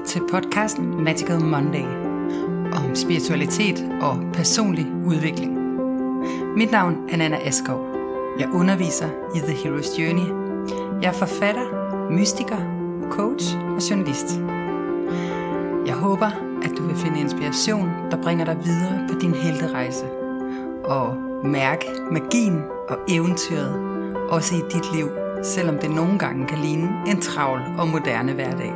til podcasten Magical Monday om spiritualitet og personlig udvikling. Mit navn er Nanna Askov. Jeg underviser i The Hero's Journey. Jeg er forfatter, mystiker, coach og journalist. Jeg håber, at du vil finde inspiration, der bringer dig videre på din helterejse og mærke magien og eventyret også i dit liv, selvom det nogle gange kan ligne en travl og moderne hverdag.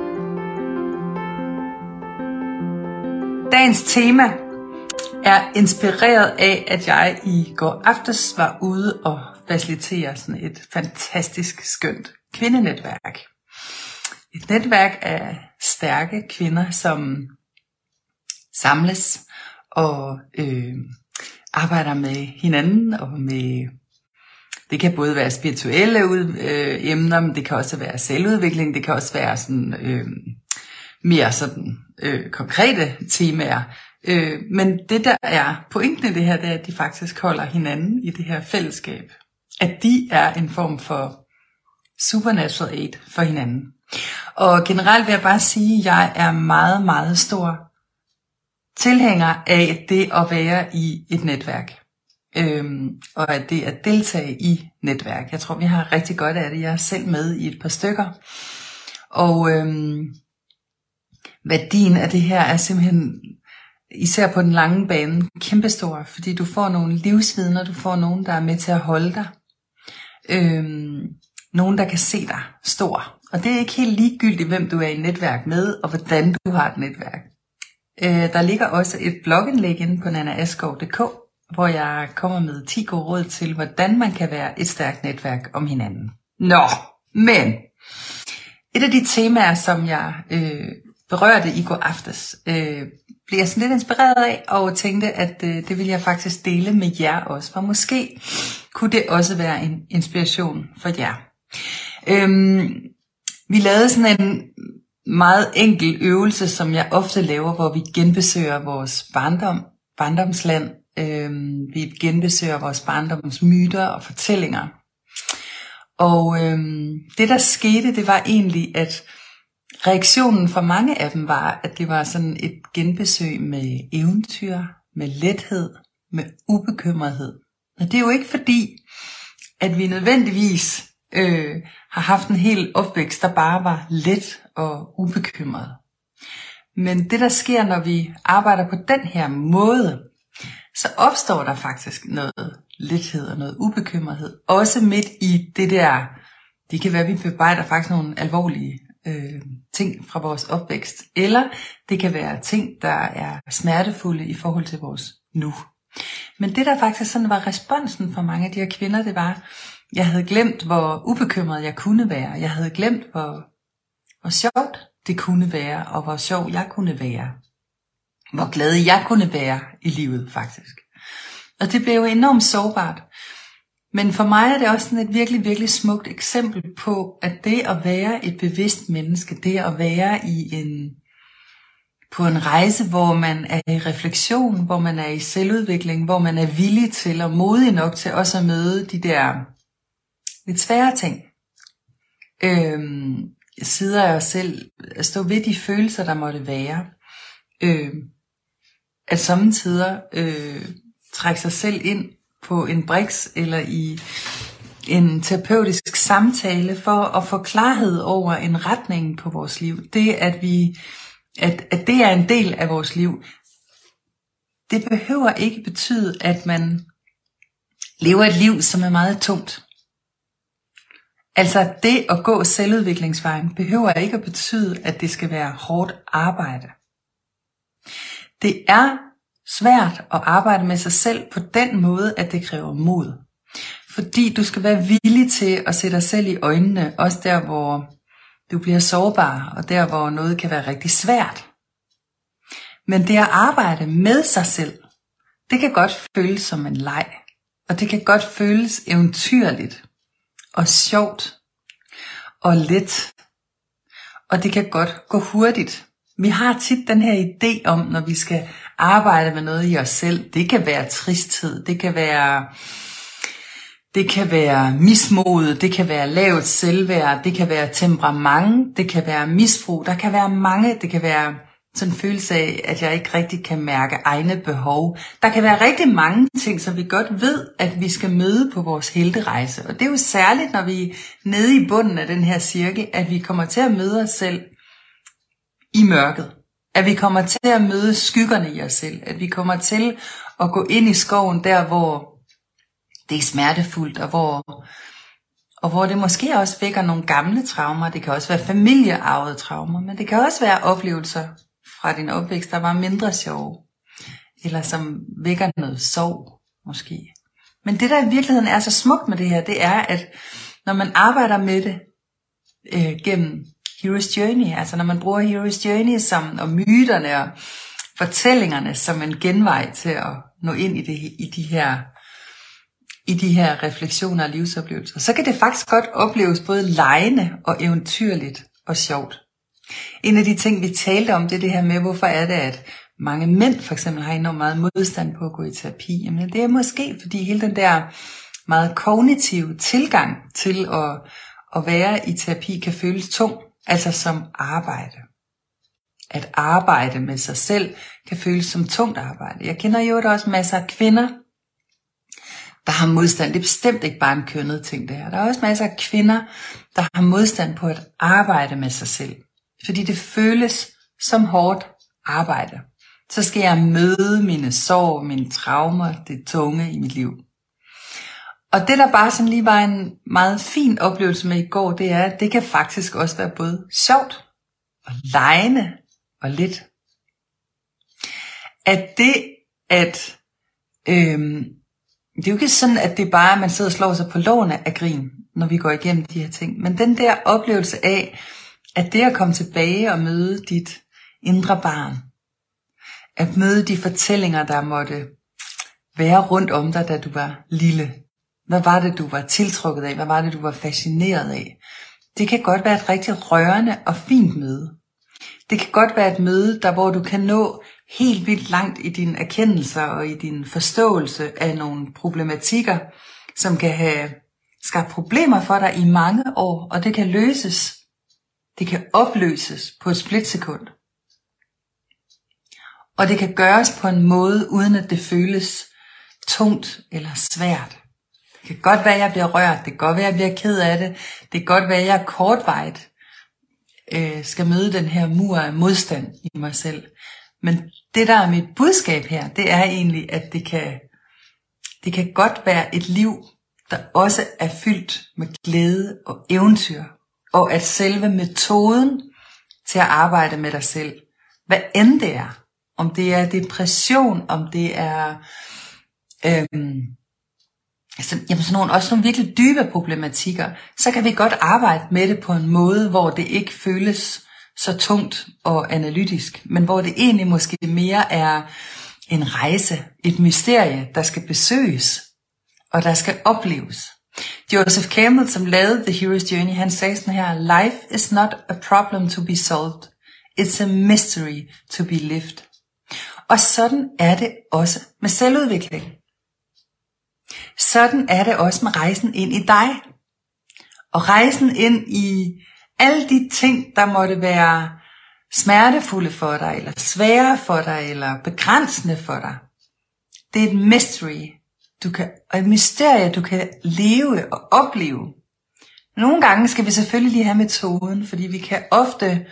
Dagens tema er inspireret af, at jeg i går aftes var ude og facilitere sådan et fantastisk skønt kvindenetværk. Et netværk af stærke kvinder, som samles og arbejder med hinanden og med. Det kan både være spirituelle emner, men det kan også være selvudvikling, det kan også være sådan mere sådan konkrete temaer. Men det der er pointen i det her, det er, at de faktisk holder hinanden i det her fællesskab. At de er en form for supernatural aid for hinanden. Og generelt vil jeg bare sige, at jeg er meget, meget stor tilhænger af det at være i et netværk. Og at det at deltage i netværk. Jeg tror, vi har rigtig godt af det. Jeg er selv med i et par stykker. Og værdien af det her er simpelthen, især på den lange bane, kæmpestor. Fordi du får nogle livsvidner, du får nogen, der er med til at holde dig. Nogen, der kan se dig stor. Og det er ikke helt ligegyldigt, hvem du er i netværk med, og hvordan du har et netværk. Der ligger også et blogindlæg inde på nannaaskov.dk, hvor jeg kommer med 10 gode råd til, hvordan man kan være et stærkt netværk om hinanden. Men et af de temaer, som jeg berørte i går aftes, blev jeg sådan lidt inspireret af, og tænkte, at det vil jeg faktisk dele med jer også, for måske kunne det også være en inspiration for jer. Vi lavede sådan en meget enkel øvelse, som jeg ofte laver, hvor vi genbesøger vores barndomsland. Vi genbesøger vores barndomsmyter og fortællinger. Og det der skete, det var egentlig, at reaktionen for mange af dem var, at det var sådan et genbesøg med eventyr, med lethed, med ubekymrethed. Og det er jo ikke fordi, at vi nødvendigvis har haft en hel opvækst, der bare var let og ubekymret. Men det der sker, når vi arbejder på den her måde, så opstår der faktisk noget lethed og noget ubekymrethed. Også midt i det der, det kan være, at vi bearbejder faktisk nogle alvorlige ting fra vores opvækst. Eller det kan være ting, der er smertefulde i forhold til vores nu. Men det der faktisk sådan var responsen for mange af de her kvinder, det var, jeg havde glemt, hvor ubekymret jeg kunne være. Jeg havde glemt, hvor sjovt det kunne være, og hvor sjov jeg kunne være. Hvor glad jeg kunne være i livet, faktisk. Og det blev jo enormt sårbart. Men for mig er det også sådan et virkelig, virkelig smukt eksempel på, at det at være et bevidst menneske, det at være på en rejse, hvor man er i refleksion, hvor man er i selvudvikling, hvor man er villig til og modig nok til også at møde de der lidt svære ting. Sidder jeg selv at stå ved de følelser, der måtte være. At samtidig trække sig selv ind på en briks eller i en terapeutisk samtale for at få klarhed over en retning på vores liv. Det at det er en del af vores liv. Det behøver ikke betyde, at man lever et liv, som er meget tungt. Altså det at gå selvudviklingsvejen behøver ikke at betyde, at det skal være hårdt arbejde. Det er svært at arbejde med sig selv på den måde, at det kræver mod. Fordi du skal være villig til at se dig selv i øjnene, også der, hvor du bliver sårbar, og der, hvor noget kan være rigtig svært. Men det at arbejde med sig selv, det kan godt føles som en leg. Og det kan godt føles eventyrligt og sjovt og let. Og det kan godt gå hurtigt. Vi har tit den her idé om, når vi skal arbejde med noget i os selv. Det kan være tristhed, det kan være Det kan være mismod, det kan være lavt selvværd, det kan være temperament, det kan være misbrug, der kan være mange, det kan være sådan en følelse af, at jeg ikke rigtig kan mærke egne behov. Der kan være rigtig mange ting, som vi godt ved, at vi skal møde på vores helterejse. Og det er jo særligt, når vi er nede i bunden af den her cirkel, at vi kommer til at møde os selv i mørket. At vi kommer til at møde skyggerne i os selv. At vi kommer til at gå ind i skoven der, hvor det er smertefuldt, og hvor det måske også vækker nogle gamle traumer. Det kan også være familiearvede traumer, men det kan også være oplevelser fra din opvækst, der var mindre sjove, eller som vækker noget sorg, måske. Men det, der i virkeligheden er så smukt med det her, det er, at når man arbejder med det gennem Hero's Journey, altså når man bruger Hero's Journey og myterne og fortællingerne som en genvej til at nå ind i de her refleksioner og livsoplevelser, så kan det faktisk godt opleves både legende og eventyrligt og sjovt. En af de ting, vi talte om, det er det her med, hvorfor er det, at mange mænd for eksempel har enormt meget modstand på at gå i terapi. Jamen, det er måske, fordi hele den der meget kognitive tilgang til at være i terapi kan føles tung, altså som arbejde. At arbejde med sig selv kan føles som tungt arbejde. Jeg kender jo også masser af kvinder, der har modstand. Det er bestemt ikke bare en kønnet ting, det her. Der er også masser af kvinder, der har modstand på at arbejde med sig selv. Fordi det føles som hårdt arbejde. Så skal jeg møde mine sorg, mine traumer, det tunge i mit liv. Og det, der bare sådan lige var en meget fin oplevelse med i går, det er, at det kan faktisk også være både sjovt og legende og lidt. Det er jo ikke sådan, at det bare er, at man sidder og slår sig på lårene af grin, når vi går igennem de her ting. Men den der oplevelse af, at det at komme tilbage og møde dit indre barn, at møde de fortællinger, der måtte være rundt om dig, da du var lille. Hvad var det, du var tiltrukket af? Hvad var det, du var fascineret af? Det kan godt være et rigtig rørende og fint møde. Det kan godt være et møde, hvor du kan nå helt vildt langt i dine erkendelser og i din forståelse af nogle problematikker, som kan have skabt problemer for dig i mange år, og det kan løses. Det kan opløses på et splitsekund. Og det kan gøres på en måde, uden at det føles tungt eller svært. Det kan godt være, at jeg bliver rørt. Det kan godt være, at jeg bliver ked af det. Det kan godt være, at jeg kortvarigt skal møde den her mur af modstand i mig selv. Men det, der er mit budskab her, det er egentlig, at det kan godt være et liv, der også er fyldt med glæde og eventyr. Og at selve metoden til at arbejde med dig selv, hvad end det er, om det er depression, om det er sådan nogle virkelig dybe problematikker, så kan vi godt arbejde med det på en måde, hvor det ikke føles så tungt og analytisk, men hvor det egentlig måske mere er en rejse, et mysterie, der skal besøges, og der skal opleves. Joseph Campbell, som lavede The Hero's Journey, han sagde sådan her: Life is not a problem to be solved. It's a mystery to be lived. Og sådan er det også med selvudvikling. Sådan er det også med rejsen ind i dig. Og rejsen ind i alle de ting, der måtte være smertefulde for dig, eller svære for dig, eller begrænsende for dig. Det er et mystery. Og et mysterie, du kan leve og opleve. Nogle gange skal vi selvfølgelig lige have metoden, fordi vi kan ofte,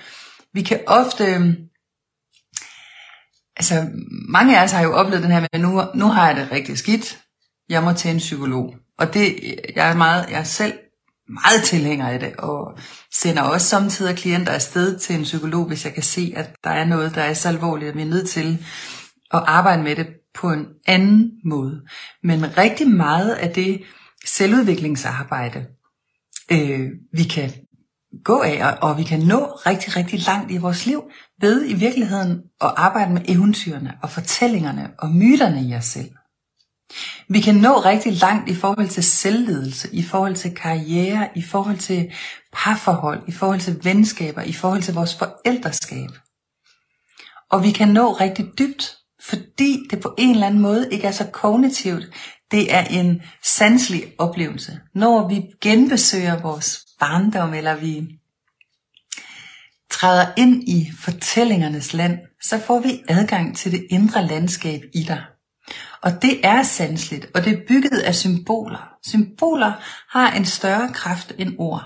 altså mange af os har jo oplevet den her med, nu har jeg det rigtig skidt, jeg må til en psykolog. Og jeg er selv meget tilhænger af det, og sender også samtidig klienter afsted til en psykolog, hvis jeg kan se, at der er noget, der er så alvorligt, at vi er nødt til at arbejde med det på en anden måde. Men rigtig meget af det selvudviklingsarbejde, vi kan gå af, og vi kan nå rigtig, rigtig langt i vores liv, ved i virkeligheden at arbejde med eventyrene og fortællingerne og myterne i os selv. Vi kan nå rigtig langt i forhold til selvledelse, i forhold til karriere, i forhold til parforhold, i forhold til venskaber, i forhold til vores forældreskab. Og vi kan nå rigtig dybt, fordi det på en eller anden måde ikke er så kognitivt. Det er en sanselig oplevelse. Når vi genbesøger vores barndom, eller vi træder ind i fortællingernes land, så får vi adgang til det indre landskab i dig. Og det er sanseligt, og det er bygget af symboler. Symboler har en større kraft end ord.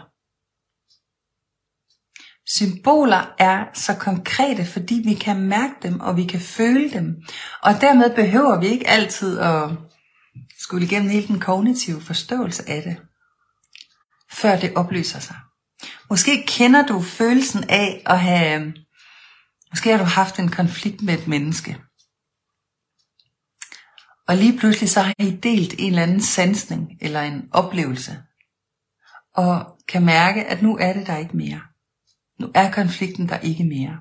Symboler er så konkrete, fordi vi kan mærke dem, og vi kan føle dem. Og dermed behøver vi ikke altid at skulle igennem hele den kognitive forståelse af det, før det opløser sig. Måske kender du følelsen af at have, måske har du haft en konflikt med et menneske. Og lige pludselig så har I delt en eller anden sansning eller en oplevelse. Og kan mærke, at nu er det der ikke mere. Nu er konflikten der ikke mere.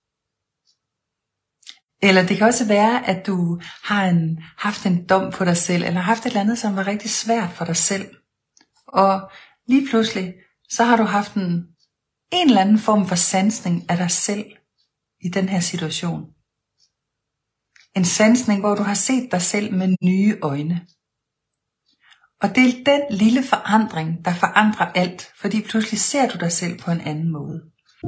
Eller det kan også være, at du har haft en dom på dig selv, eller haft et eller andet, som var rigtig svært for dig selv. Og lige pludselig, så har du haft en eller anden form for sansning af dig selv i den her situation. En sansning, hvor du har set dig selv med nye øjne. Og det er den lille forandring, der forandrer alt, fordi pludselig ser du dig selv på en anden måde.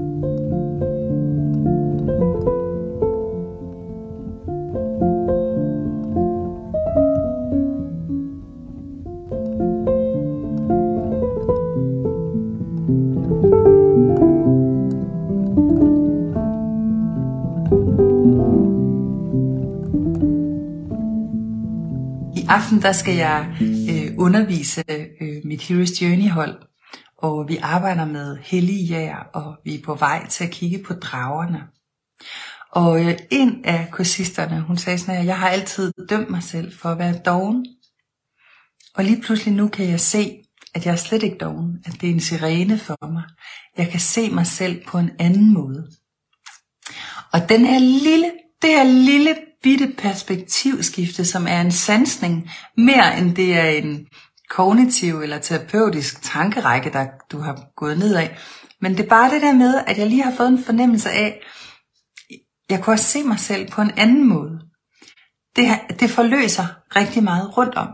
I aften der skal jeg undervise mit Hero's Journey hold, og vi arbejder med hellige jæger, og vi er på vej til at kigge på dragerne. Og en af kursisterne, hun sagde sådan, at jeg har altid dømt mig selv for at være doven. Og lige pludselig nu kan jeg se, at jeg er slet ikke doven, at det er en sirene for mig. Jeg kan se mig selv på en anden måde. Og det her lille bitte perspektivskifte, som er en sansning, mere end det er en kognitiv eller terapeutisk tankerække, der du har gået ned af. Men det er bare det der med, at jeg lige har fået en fornemmelse af, jeg kunne også se mig selv på en anden måde. Det forløser rigtig meget rundt om.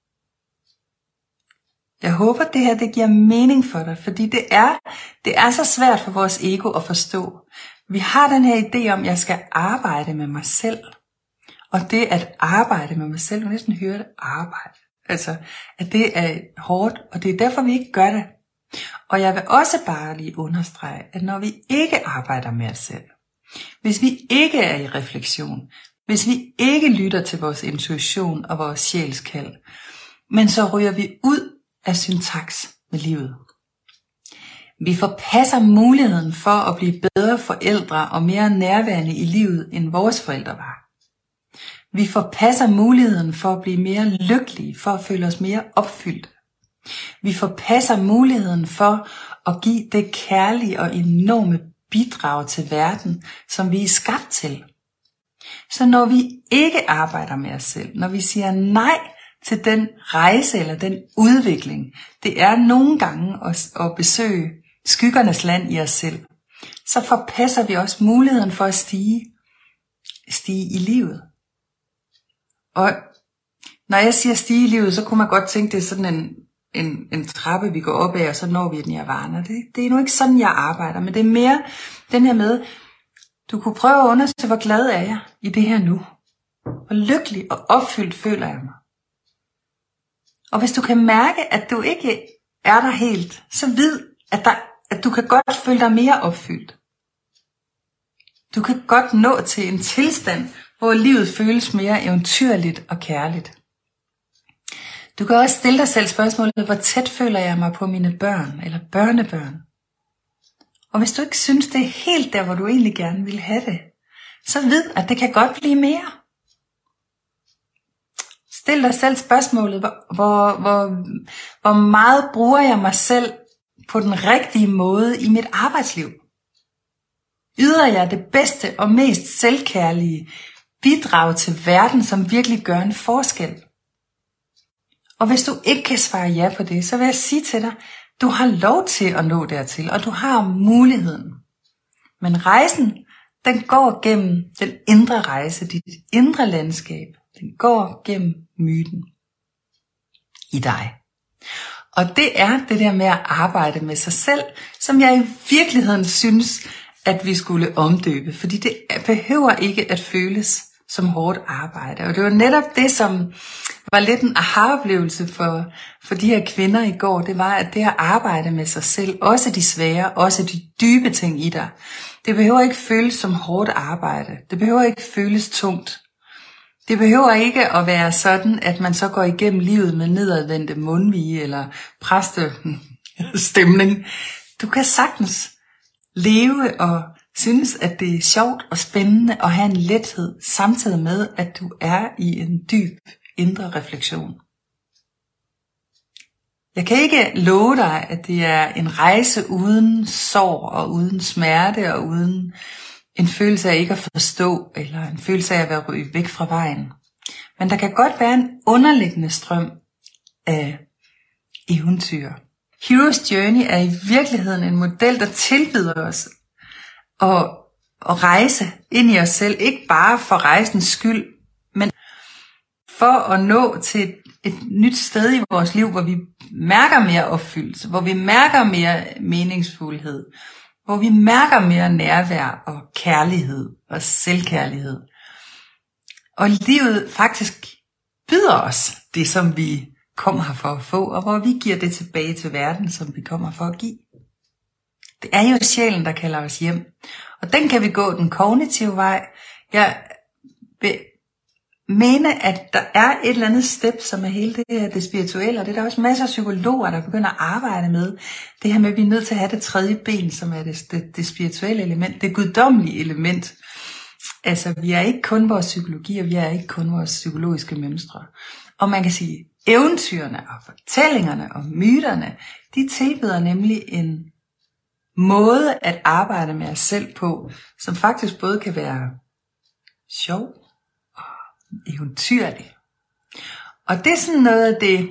Jeg håber, det her det giver mening for dig, fordi det er så svært for vores ego at forstå. Vi har den her idé om, at jeg skal arbejde med mig selv. Og det at arbejde med mig selv, du næsten hører det, arbejde. Altså, at det er hårdt, og det er derfor, vi ikke gør det. Og jeg vil også bare lige understrege, at når vi ikke arbejder med os selv, hvis vi ikke er i refleksion, hvis vi ikke lytter til vores intuition og vores sjælskald, men så ryger vi ud af syntaks med livet. Vi forpasser muligheden for at blive bedre forældre og mere nærværende i livet, end vores forældre var. Vi forpasser muligheden for at blive mere lykkelige, for at føle os mere opfyldt. Vi forpasser muligheden for at give det kærlige og enorme bidrag til verden, som vi er skabt til. Så når vi ikke arbejder med os selv, når vi siger nej til den rejse eller den udvikling, det er nogle gange at besøge skyggernes land i os selv, så forpasser vi også muligheden for at stige i livet. Og når jeg siger stige i livet, så kunne man godt tænke, det er sådan en trappe, vi går op af, og så når vi et nirvana. Det er nu ikke sådan, jeg arbejder, men det er mere den her med, du kunne prøve at undersøge, hvor glad er jeg i det her nu. Hvor lykkelig og opfyldt føler jeg mig. Og hvis du kan mærke, at du ikke er der helt, så vid, at du kan godt føle dig mere opfyldt. Du kan godt nå til en tilstand, hvor livet føles mere eventyrligt og kærligt. Du kan også stille dig selv spørgsmålet, hvor tæt føler jeg mig på mine børn eller børnebørn? Og hvis du ikke synes, det er helt der, hvor du egentlig gerne vil have det, så vid, at det kan godt blive mere. Stil dig selv spørgsmålet, hvor meget bruger jeg mig selv på den rigtige måde i mit arbejdsliv? Yder jeg det bedste og mest selvkærlige bidrag til verden, som virkelig gør en forskel? Og hvis du ikke kan svare ja på det, så vil jeg sige til dig, du har lov til at nå dertil, og du har muligheden. Men rejsen, den går gennem den indre rejse, dit indre landskab. Den går gennem myten i dig. Og det er det der med at arbejde med sig selv, som jeg i virkeligheden synes, at vi skulle omdøbe. Fordi det behøver ikke at føles som hårdt arbejde. Og det var netop det, som var lidt en aha-oplevelse for de her kvinder i går. Det var, at det at arbejde med sig selv, også de svære, også de dybe ting i dig, det behøver ikke føles som hårdt arbejde. Det behøver ikke føles tungt. Det behøver ikke at være sådan, at man så går igennem livet med nedadvendte mundvige eller præstestemning. Du kan sagtens leve og synes, at det er sjovt og spændende at have en lethed, samtidig med, at du er i en dyb indre refleksion. Jeg kan ikke love dig, at det er en rejse uden sorg og uden smerte og uden en følelse af ikke at forstå, eller en følelse af at være røget væk fra vejen. Men der kan godt være en underliggende strøm af eventyr. Hero's Journey er i virkeligheden en model, der tilbyder os at rejse ind i os selv, ikke bare for rejsens skyld, men for at nå til et nyt sted i vores liv, hvor vi mærker mere opfyldelse, hvor vi mærker mere meningsfuldhed, hvor vi mærker mere nærvær og kærlighed og selvkærlighed. Og livet faktisk byder os det, som vi kommer her for at få, og hvor vi giver det tilbage til verden, som vi kommer for at give. Det er jo sjælen, der kalder os hjem. Og den kan vi gå den kognitive vej. Jeg vil mene, at der er et eller andet step, som er hele det her, det spirituelle, og det er der også masser af psykologer, der begynder at arbejde med. Det her med, at vi er nødt til at have det tredje ben, som er det spirituelle element, det guddommelige element. Altså, vi er ikke kun vores psykologi, og vi er ikke kun vores psykologiske mønstre. Og man kan sige, eventyrene og fortællingerne og myterne, de tilbyder nemlig en måde at arbejde med os selv på, som faktisk både kan være sjov og eventyrlig. Og det er sådan noget af det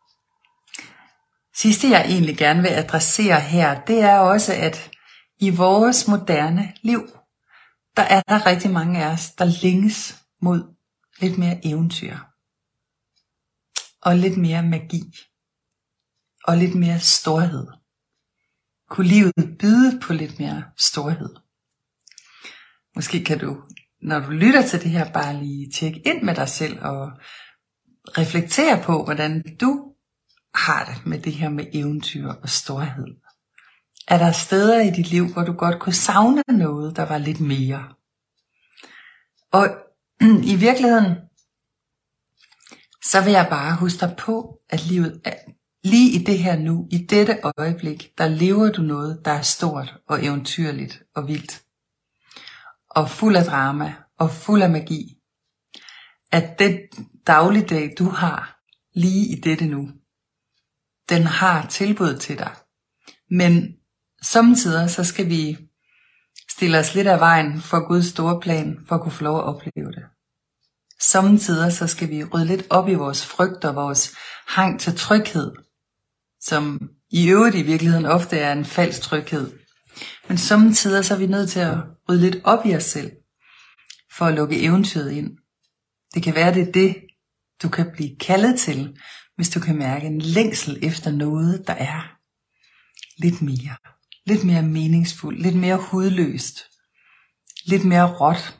sidste, jeg egentlig gerne vil adressere her, det er også, at i vores moderne liv, der er der rigtig mange af os, der længes mod lidt mere eventyr. Og lidt mere magi. Og lidt mere storhed. Kunne livet byde på lidt mere storhed? Måske kan du, når du lytter til det her, bare lige tjekke ind med dig selv og reflektere på, hvordan du har det med det her med eventyr og storhed. Er der steder i dit liv, hvor du godt kunne savne noget, der var lidt mere? Og i virkeligheden, så vil jeg bare huske dig på, at livet er lige i det her nu, i dette øjeblik, der lever du noget, der er stort og eventyrligt og vildt. Og fuld af drama og fuld af magi. At den dagligdag, du har lige i dette nu, den har tilbud til dig. Men samtidig så skal vi stille os lidt af vejen for Guds store plan, for at kunne få lov at opleve det. Samtidig så skal vi rydde lidt op i vores frygt og vores hang til tryghed, som i øvrigt i virkeligheden ofte er en falsk tryghed. Men samtidig så er vi nødt til at rydde lidt op i os selv, for at lukke eventyret ind. Det kan være, det er det, du kan blive kaldet til, hvis du kan mærke en længsel efter noget, der er lidt mere. Lidt mere meningsfuldt, lidt mere hudløst, lidt mere råt,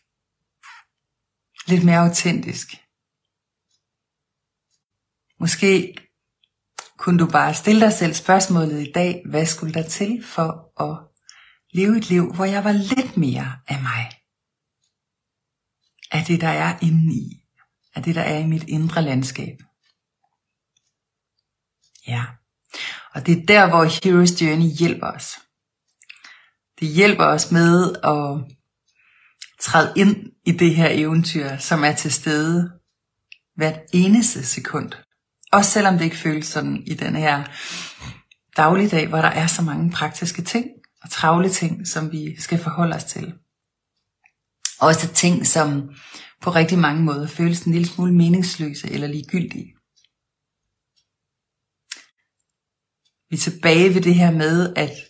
lidt mere autentisk. Måske kunne du bare stille dig selv spørgsmålet i dag, hvad skulle der til for at leve et liv, hvor jeg var lidt mere af mig? Af det, der er indeni, af det, der er i mit indre landskab. Ja. Og det er der, hvor Hero's Journey hjælper os. Det hjælper os med at træde ind i det her eventyr, som er til stede hvert eneste sekund. Også selvom det ikke føles sådan i den her dagligdag, hvor der er så mange praktiske ting og travle ting, som vi skal forholde os til. Også ting, som på rigtig mange måder føles en lille smule meningsløse eller ligegyldige. Vi er tilbage ved det her med, at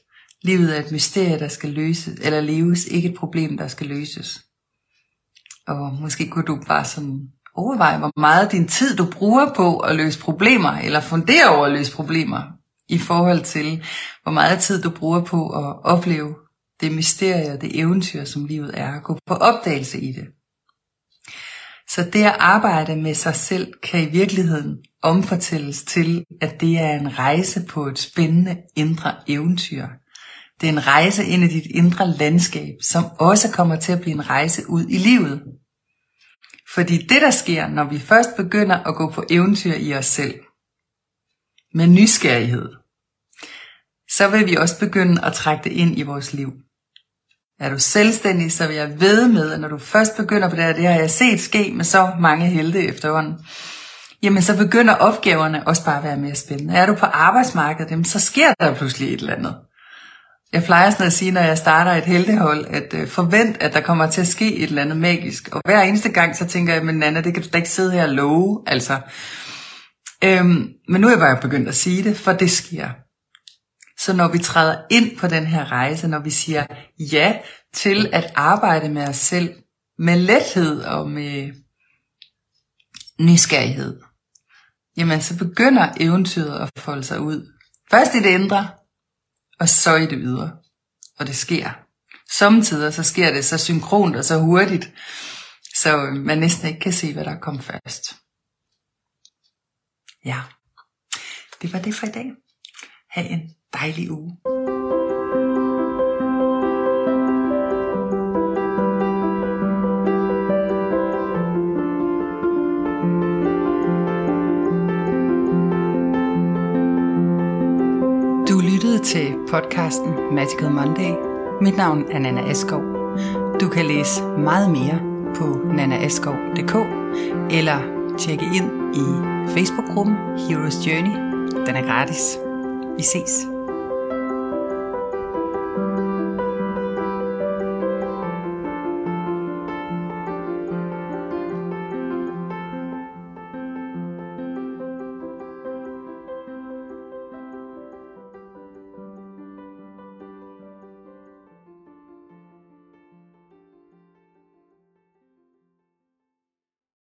Livet er et mysterie, der skal løses, eller leves, ikke et problem, der skal løses. Og måske kunne du bare sådan overveje, hvor meget din tid du bruger på at løse problemer, eller fundere over at løse problemer, i forhold til, hvor meget tid du bruger på at opleve det mysterie og det eventyr, som livet er, at gå på opdagelse i det. Så det at arbejde med sig selv kan i virkeligheden omfortælles til, at det er en rejse på et spændende indre eventyr. Det er en rejse ind i dit indre landskab, som også kommer til at blive en rejse ud i livet. Fordi det, der sker, når vi først begynder at gå på eventyr i os selv, med nysgerrighed, så vil vi også begynde at trække det ind i vores liv. Er du selvstændig, så vil jeg vædde med, at når du først begynder på det her, det har jeg set ske med så mange helte efterhånden, jamen så begynder opgaverne også bare at være mere spændende. Er du på arbejdsmarkedet, jamen, så sker der pludselig et eller andet. Jeg plejer sådan at sige, når jeg starter et heltehold, at forvent, at der kommer til at ske et eller andet magisk. Og hver eneste gang, så tænker jeg, men Nanna, det kan du da ikke sidde her og love. Altså. Men nu er jeg bare begyndt at sige det, for det sker. Så når vi træder ind på den her rejse, når vi siger ja til at arbejde med os selv, med lethed og med nysgerrighed, jamen så begynder eventyret at folde sig ud. Først i det indre, og så i det ydre. Og det sker. Sommetider så sker det så synkront og så hurtigt, så man næsten ikke kan se, hvad der kom først. Ja, det var det for i dag. Ha' en dejlig uge. Du lyttede til podcasten Magical Monday. Mit navn er Nanna Askov. Du kan læse meget mere på nannaaskov.dk eller tjekke ind i Facebook-gruppen Heroes Journey. Den er gratis. Vi ses.